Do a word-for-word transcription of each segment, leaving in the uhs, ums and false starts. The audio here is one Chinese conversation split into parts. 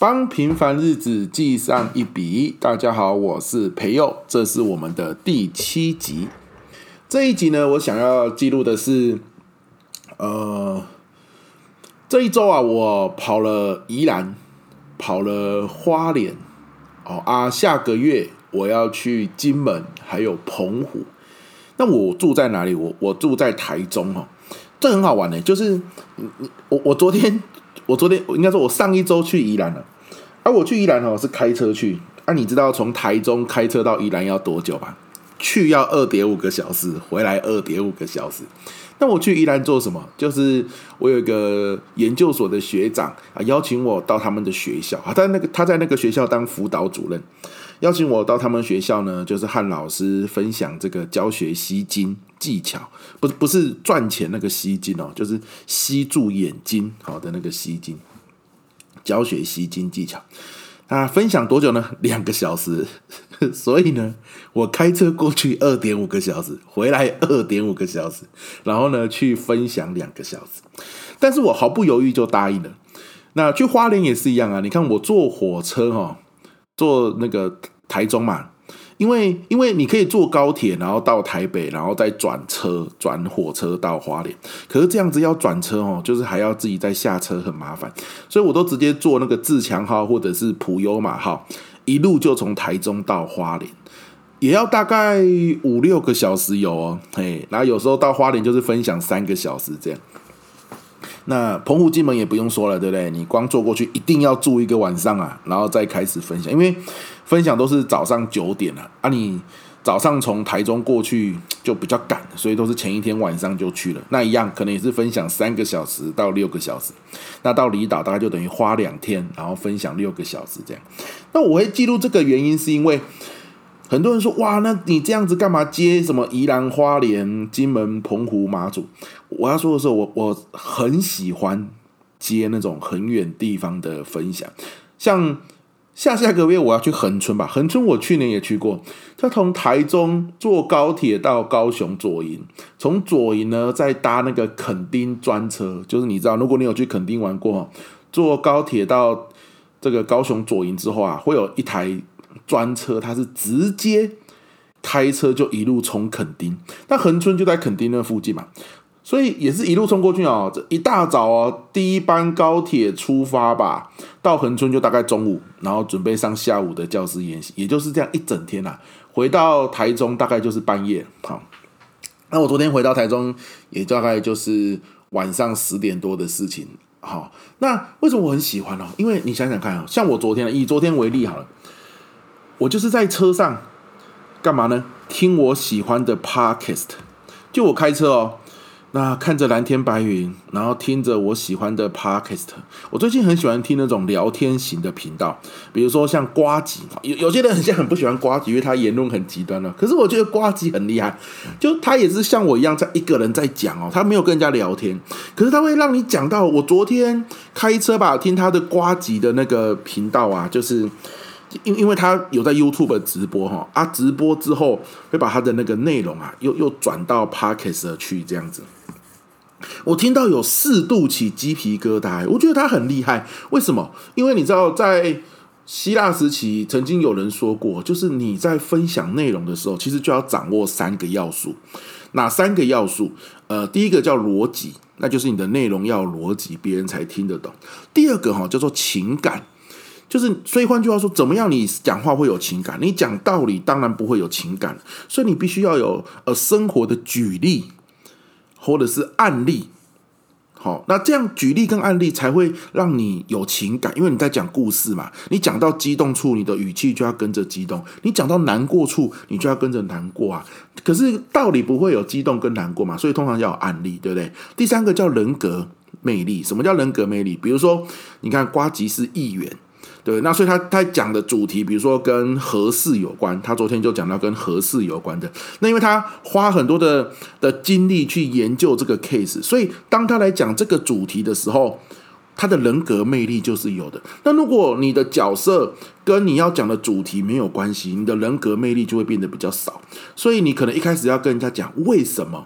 帮平凡日子记上一笔。大家好，我是培佑，这是我们的第七集。这一集呢，我想要记录的是，呃，这一周啊，我跑了宜兰，跑了花莲，哦啊，下个月我要去金门，还有澎湖。那我住在哪里？我我住在台中哦，这很好玩呢、欸。就是我我昨天我昨天应该说，我上一周去宜兰了。啊，我去宜兰哦是开车去。啊，你知道从台中开车到宜兰要多久吧？去要二点五个小时，回来二点五个小时。那我去宜兰做什么？就是我有一个研究所的学长啊，邀请我到他们的学校啊，他那个他在那个学校当辅导主任，邀请我到他们学校呢，就是和老师分享这个教学吸睛技巧，不是不是赚钱那个吸睛哦，就是吸住眼睛好的那个吸睛。教学吸睛技巧，那分享多久呢？两个小时。所以呢，我开车过去二点五个小时，回来二点五个小时，然后呢去分享两个小时。但是我毫不犹豫就答应了。那去花莲也是一样啊，你看我坐火车哦，坐那个台中嘛。因为因为你可以坐高铁，然后到台北，然后再转车转火车到花莲。可是这样子要转车哦，就是还要自己再下车，很麻烦。所以我都直接坐那个自强号或者是普悠玛号，一路就从台中到花莲，也要大概五六个小时有哦。嘿，然后有时候到花莲就是分享三个小时这样。那澎湖金门也不用说了，对不对？你光坐过去一定要住一个晚上啊，然后再开始分享，因为分享都是早上九点啊，啊你早上从台中过去就比较赶，所以都是前一天晚上就去了。那一样可能也是分享三个小时到六个小时，那到离岛大概就等于花两天，然后分享六个小时这样。那我会记录这个原因是因为很多人说，哇，那你这样子干嘛接什么宜兰、花莲、金门、澎湖、马祖？我要说的是，我我很喜欢接那种很远地方的分享，像下下个月我要去恒春吧，恒春我去年也去过，他从台中坐高铁到高雄左营，从左营呢再搭那个垦丁专车，就是你知道，如果你有去垦丁玩过，坐高铁到这个高雄左营之后啊，会有一台专车，它是直接开车就一路冲垦丁，那恒春就在垦丁那附近嘛，所以也是一路冲过去哦。这一大早哦，第一班高铁出发吧，到恒春就大概中午，然后准备上下午的教师研习，也就是这样一整天啊。回到台中大概就是半夜。好，那我昨天回到台中，也大概就是晚上十点多的事情。好，那为什么我很喜欢哦？因为你想想看哦，像我昨天以昨天为例好了。我就是在车上干嘛呢？听我喜欢的 podcast， 就我开车哦，那看着蓝天白云，然后听着我喜欢的 podcast。我最近很喜欢听那种聊天型的频道，比如说像呱吉，有有些人很像很不喜欢呱吉，因为他言论很极端了。可是我觉得呱吉很厉害，就他也是像我一样，在一个人在讲哦，他没有跟人家聊天，可是他会让你讲到。我昨天开车吧，听他的呱吉的那个频道啊，就是。因因为他有在 YouTube 直播哈啊，直播之后会把他的那个内容啊，又又转到 Podcast 去这样子。我听到有四度起鸡皮疙瘩，我觉得他很厉害。为什么？因为你知道，在希腊时期曾经有人说过，就是你在分享内容的时候，其实就要掌握三个要素。哪三个要素？呃，第一个叫逻辑，那就是你的内容要有逻辑，别人才听得懂。第二个哈叫做情感。就是，所以换句话说，怎么样你讲话会有情感？你讲道理当然不会有情感，所以你必须要有呃生活的举例或者是案例。好，那这样举例跟案例才会让你有情感，因为你在讲故事嘛。你讲到激动处，你的语气就要跟着激动；你讲到难过处，你就要跟着难过啊。可是道理不会有激动跟难过嘛，所以通常要有案例，对不对？第三个叫人格魅力。什么叫人格魅力？比如说，你看呱吉是议员。对，那所以他他讲的主题，比如说跟核四有关，他昨天就讲到跟核四有关的。那因为他花很多的的精力去研究这个 case， 所以当他来讲这个主题的时候，他的人格魅力就是有的。那如果你的角色跟你要讲的主题没有关系，你的人格魅力就会变得比较少。所以你可能一开始要跟人家讲为什么，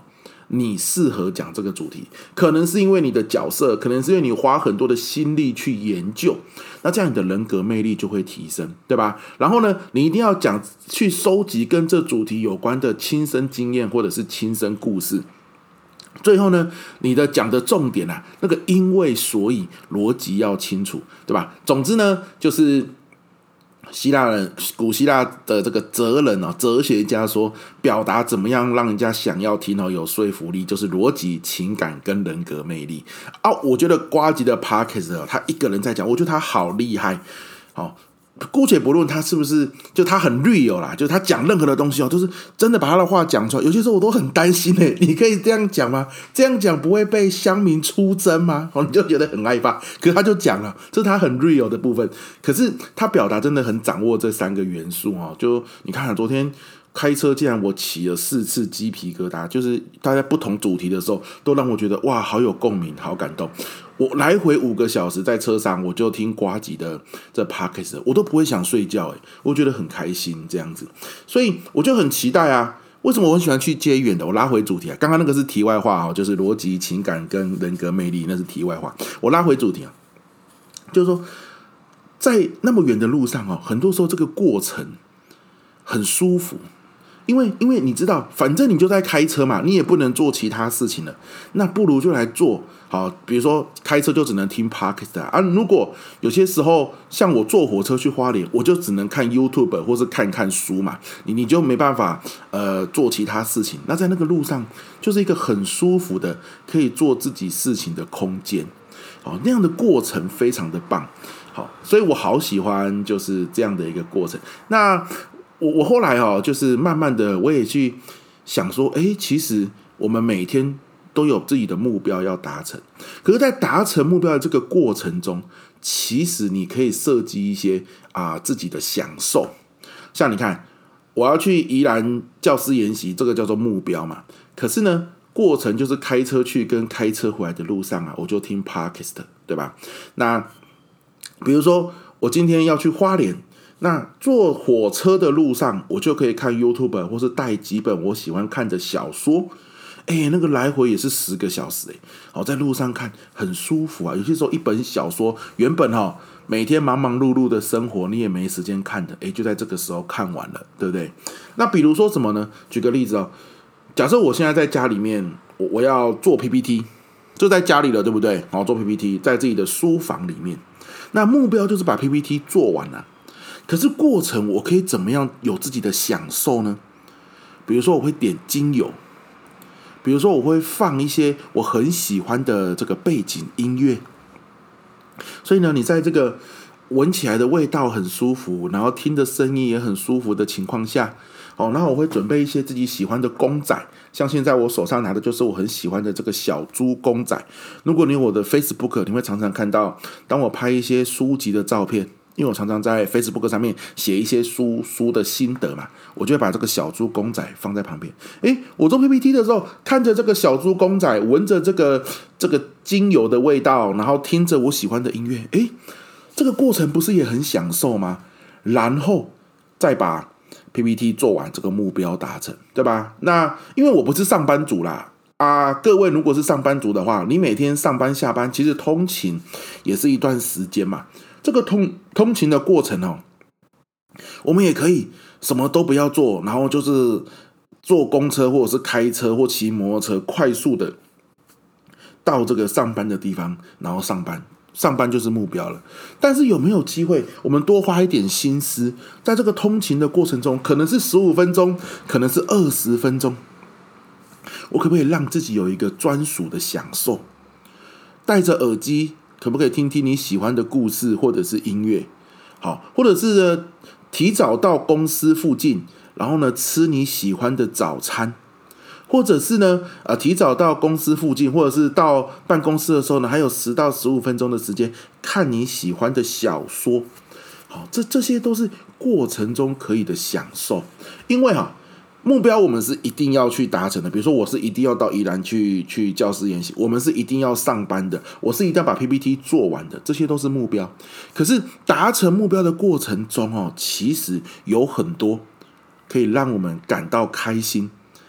你适合讲这个主题，可能是因为你的角色，可能是因为你花很多的心力去研究，那这样你的人格魅力就会提升，对吧？然后呢，你一定要讲去收集跟这主题有关的亲身经验或者是亲身故事。最后呢，你的讲的重点啊，那个因为所以逻辑要清楚，对吧？总之呢，就是希腊人、古希腊的这个哲人哦，哲学家说，表达怎么样让人家想要听哦，有说服力，就是逻辑、情感跟人格魅力啊。我觉得呱吉的 Podcast 哦，他一个人在讲，我觉得他好厉害，好。姑且不论他是不是就他很 real 啦，就他讲任何的东西哦，都是真的把他的话讲出来。有些时候我都很担心诶，你可以这样讲吗？这样讲不会被乡民出征吗？哦，你就觉得很害怕。可是他就讲了，这是他很 real 的部分。可是他表达真的很掌握这三个元素哦。就你看，昨天开车竟然我起了四次鸡皮疙瘩，就是他在不同主题的时候，都让我觉得哇，好有共鸣，好感动。我来回五个小时在车上，我就听呱吉的这 podcast， 我都不会想睡觉，哎，我觉得很开心这样子，所以我就很期待啊。为什么我很喜欢去接远的？我拉回主题啊，刚刚那个是题外话，就是逻辑、情感跟人格魅力，那是题外话。我拉回主题啊，就是说，在那么远的路上哦，很多时候这个过程很舒服。因为，因为你知道，反正你就在开车嘛，你也不能做其他事情了，那不如就来做好。比如说开车就只能听 podcast 啊，如果有些时候像我坐火车去花莲，我就只能看 YouTube 或是看看书嘛，你你就没办法呃做其他事情。那在那个路上，就是一个很舒服的可以做自己事情的空间，好，那样的过程非常的棒，好，所以我好喜欢就是这样的一个过程。那我我后来哦，就是慢慢的，我也去想说，哎，其实我们每天都有自己的目标要达成，可是，在达成目标的这个过程中，其实你可以设计一些啊、呃、自己的享受。像你看，我要去宜兰教师研习，这个叫做目标嘛。可是呢，过程就是开车去跟开车回来的路上啊，我就听 podcast， 对吧？那比如说，我今天要去花莲。那坐火车的路上，我就可以看 YouTube， 或是带几本我喜欢看的小说。哎，那个来回也是十个小时，哎，好，在路上看很舒服啊。有些时候一本小说原本哈每天忙忙碌碌的生活，你也没时间看的，哎，就在这个时候看完了，对不对？那比如说什么呢？举个例子哦，假设我现在在家里面，我我要做 P P T， 就在家里了，对不对？好，做 P P T， 在自己的书房里面，那目标就是把 P P T 做完了。可是过程我可以怎么样有自己的享受呢？比如说我会点精油，比如说我会放一些我很喜欢的这个背景音乐，所以呢，你在这个闻起来的味道很舒服，然后听的声音也很舒服的情况下，哦，然后我会准备一些自己喜欢的公仔，像现在我手上拿的就是我很喜欢的这个小猪公仔。如果你有我的 Facebook， 你会常常看到，当我拍一些书籍的照片。因为我常常在 Facebook 上面写一些书书的心得嘛，我就会把这个小猪公仔放在旁边。诶，我做 P P T 的时候，看着这个小猪公仔，闻着这个这个精油的味道，然后听着我喜欢的音乐，诶，这个过程不是也很享受吗？然后再把 P P T 做完，这个目标达成，对吧？那因为我不是上班族啦。啊，各位如果是上班族的话，你每天上班下班，其实通勤也是一段时间嘛。这个通通勤的过程哦，我们也可以什么都不要做，然后就是坐公车或者是开车或骑摩托车，快速的到这个上班的地方，然后上班，上班就是目标了。但是有没有机会，我们多花一点心思，在这个通勤的过程中，可能是十五分钟，可能是二十分钟，我可不可以让自己有一个专属的享受？戴着耳机。可不可以听听你喜欢的故事或者是音乐？好，或者是呢提早到公司附近，然后呢吃你喜欢的早餐，或者是呢呃提早到公司附近，或者是到办公室的时候呢，还有十到十五分钟的时间看你喜欢的小说。好，这这些都是过程中可以的享受，因为哈。目标我们是一定要去达成的，比如说我是一定要到宜兰去去教师研习，我们是一定要上班的，我是一定要把 P P T 做完的，这些都是目标。可是达成目标的过程中哦，其实有很多可以让我们感到开心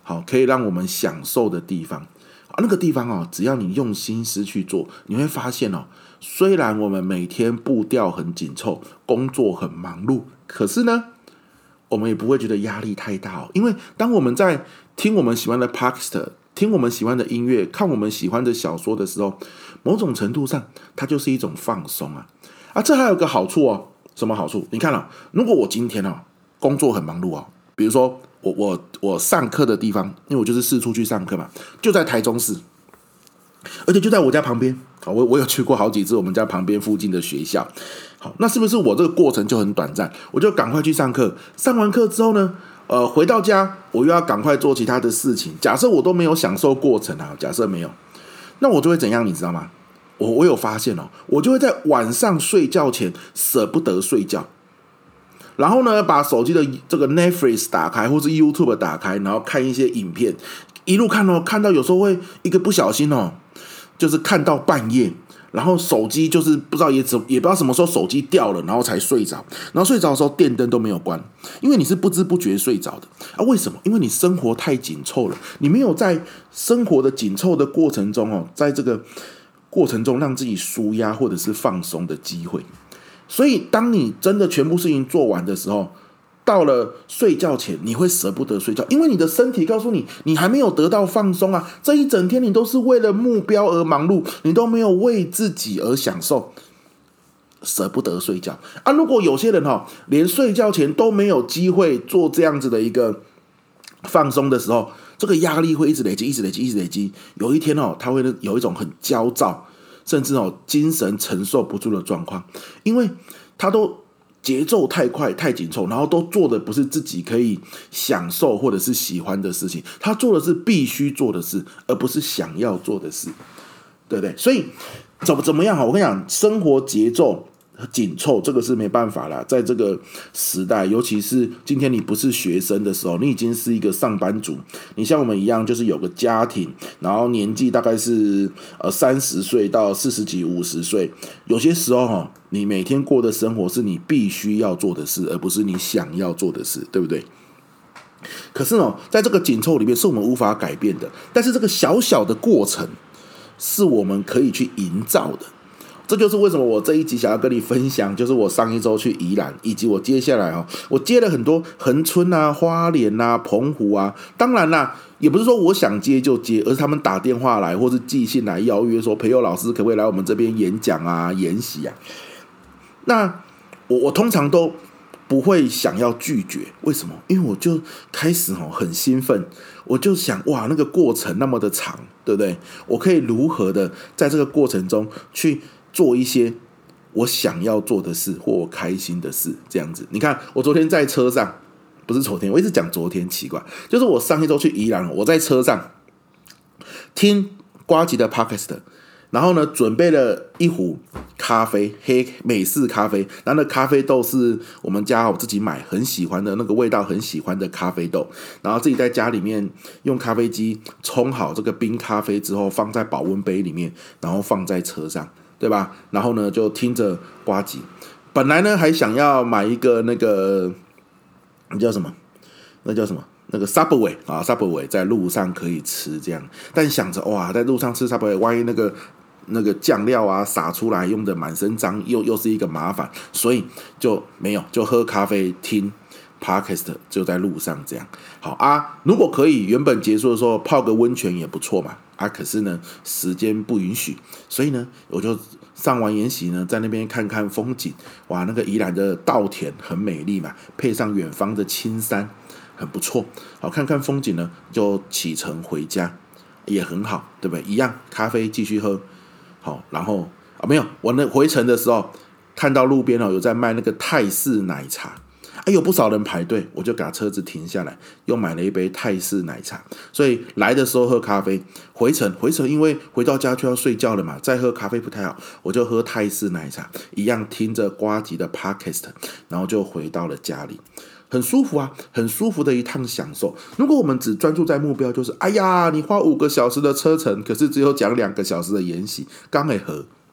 好可以让我们享受的地方。那个地方哦，只要你用心思去做，你会发现哦，虽然我们每天步调很紧凑，工作很忙碌，可是呢，我们也不会觉得压力太大哦。因为当我们在听我们喜欢的 podcast， 听我们喜欢的音乐，看我们喜欢的小说的时候，某种程度上，它就是一种放松啊。啊，这还有个好处哦，什么好处？你看哦，如果我今天哦工作很忙碌哦，比如说。我我我上课的地方，因为我就是四处去上课嘛，就在台中市，而且就在我家旁边。好，我我有去过好几次我们家旁边附近的学校。好，那是不是我这个过程就很短暂？我就赶快去上课，上完课之后呢，呃，回到家我又要赶快做其他的事情。假设我都没有享受过程啊，假设没有，那我就会怎样？你知道吗？我我有发现哦，我就会在晚上睡觉前舍不得睡觉。然后呢，把手机的这个 Netflix 打开，或是 YouTube 打开，然后看一些影片，一路看哦，看到有时候会一个不小心哦，就是看到半夜，然后手机就是不知道也也不知道什么时候手机掉了，然后才睡着，然后睡着的时候电灯都没有关，因为你是不知不觉睡着的啊。为什么？因为你生活太紧凑了，你没有在生活的紧凑的过程中哦，在这个过程中让自己舒压或者是放松的机会。所以当你真的全部事情做完的时候，到了睡觉前你会舍不得睡觉，因为你的身体告诉你你还没有得到放松啊，这一整天你都是为了目标而忙碌，你都没有为自己而享受，舍不得睡觉啊。如果有些人哦，连睡觉前都没有机会做这样子的一个放松的时候，这个压力会一直累积一直累积一直累积，有一天哦，他会有一种很焦躁，甚至哦精神承受不住的状况，因为他都节奏太快太紧凑，然后都做的不是自己可以享受或者是喜欢的事情，他做的是必须做的事，而不是想要做的事，对不对？所以怎么怎么样好？我跟你讲，生活节奏紧凑，这个是没办法啦。在这个时代，尤其是今天你不是学生的时候，你已经是一个上班族，你像我们一样，就是有个家庭，然后年纪大概是呃三十岁到四十几、五十岁，有些时候哈，你每天过的生活是你必须要做的事，而不是你想要做的事，对不对？可是呢，在这个紧凑里面，是我们无法改变的，但是这个小小的过程，是我们可以去营造的。这就是为什么我这一集想要跟你分享，就是我上一周去宜兰，以及我接下来哦，我接了很多恒春啊、花莲啊、澎湖啊。当然啦，也不是说我想接就接，而是他们打电话来，或是寄信来邀约说，培佑老师可不可以来我们这边演讲啊、研习啊？那我我通常都不会想要拒绝，为什么？因为我就开始哦很兴奋，我就想哇，那个过程那么的长，对不对？我可以如何的在这个过程中去做一些我想要做的事或我开心的事，这样子。你看，我昨天在车上，不是昨天，我一直讲昨天，奇怪，就是我上一周去宜兰，我在车上听呱吉的 podcast， 然后呢，准备了一壶咖啡，黑美式咖啡，然后那咖啡豆是我们家我自己买，很喜欢的那个味道，很喜欢的咖啡豆，然后自己在家里面用咖啡机冲好这个冰咖啡之后，放在保温杯里面，然后放在车上。对吧？然后呢，就听着呱吉。本来呢，还想要买一个那个，那叫什么？那叫什么？那个 Subway 啊 ，Subway 在路上可以吃这样。但想着哇，在路上吃 Subway， 万一那个那个酱料啊洒出来，用的满身脏，又又是一个麻烦，所以就没有，就喝咖啡听 Podcast， 就在路上这样。好啊，如果可以，原本结束的时候泡个温泉也不错嘛。啊，可是呢，时间不允许，所以呢，我就上完研习呢，在那边看看风景。哇，那个宜兰的稻田很美丽嘛，配上远方的青山，很不错。好，看看风景呢，就启程回家，也很好，对不对？一样，咖啡继续喝。好，然后啊，没有，我那回程的时候看到路边哦有在卖那个泰式奶茶。哎，有不少人排队，我就把车子停下来，又买了一杯泰式奶茶。所以来的时候喝咖啡，回程回程因为回到家就要睡觉了嘛，再喝咖啡不太好，我就喝泰式奶茶，一样听着呱吉的 podcast， 然后就回到了家里，很舒服啊，很舒服的一趟享受。如果我们只专注在目标，就是哎呀，你花五个小时的车程，可是只有讲两个小时的研习，刚会合。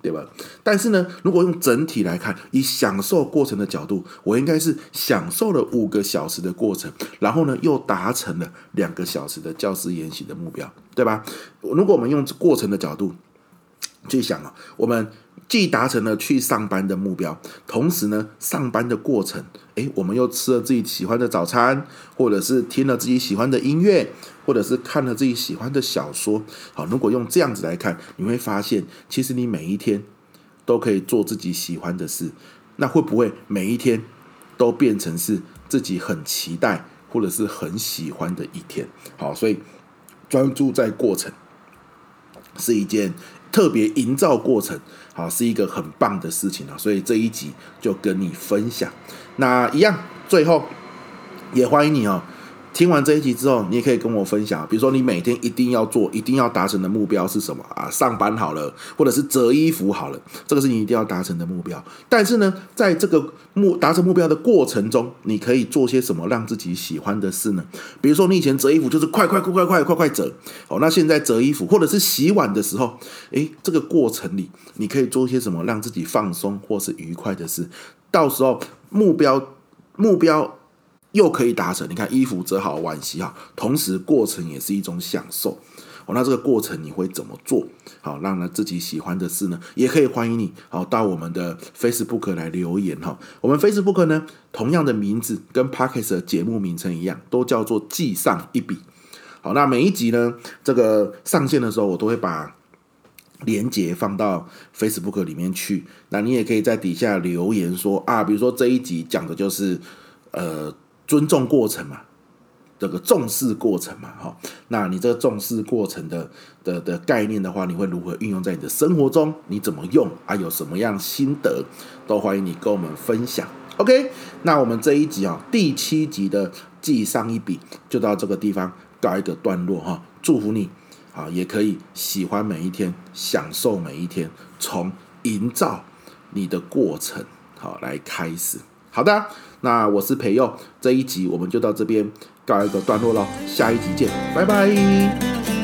对吧？但是呢，如果用整体来看，以享受过程的角度，我应该是享受了五个小时的过程，然后呢，又达成了两个小时的教师研习的目标，对吧？如果我们用过程的角度去想啊，我们既达成了去上班的目标，同时呢，上班的过程，诶，我们又吃了自己喜欢的早餐，或者是听了自己喜欢的音乐，或者是看了自己喜欢的小说。好，如果用这样子来看，你会发现，其实你每一天都可以做自己喜欢的事。那会不会每一天都变成是自己很期待或者是很喜欢的一天？好，所以专注在过程是一件特别营造过程，好，是一个很棒的事情啊，所以这一集就跟你分享。那一样，最后也欢迎你哦。听完这一集之后，你也可以跟我分享，比如说你每天一定要做、一定要达成的目标是什么啊？上班好了，或者是折衣服好了，这个是你一定要达成的目标。但是呢，在这个目达成目标的过程中，你可以做些什么让自己喜欢的事呢？比如说你以前折衣服就是快快快快快快快折，哦，那现在折衣服或者是洗碗的时候，诶，这个过程里你可以做些什么让自己放松或是愉快的事？到时候目标目标。又可以达成，你看衣服折好，碗洗好，同时过程也是一种享受。哦，那这个过程你会怎么做？好，让呢自己喜欢的事呢，也可以欢迎你好到我们的 Facebook 来留言哈。我们 Facebook 呢，同样的名字跟 Podcast 的节目名称一样，都叫做记上一笔。好，那每一集呢，这个上线的时候，我都会把连结放到 Facebook 里面去。那你也可以在底下留言说啊，比如说这一集讲的就是呃。尊重过程嘛，这个重视过程嘛，哈，那你这个重视过程的的的概念的话，你会如何运用在你的生活中？你怎么用啊？有什么样心得？都欢迎你跟我们分享。OK， 那我们这一集啊，第七集的记上一笔就到这个地方告一个段落哈。祝福你啊，也可以喜欢每一天，享受每一天，从营造你的过程好来开始。好的，那我是培佑，这一集我们就到这边告一个段落咯，下一集见，拜拜。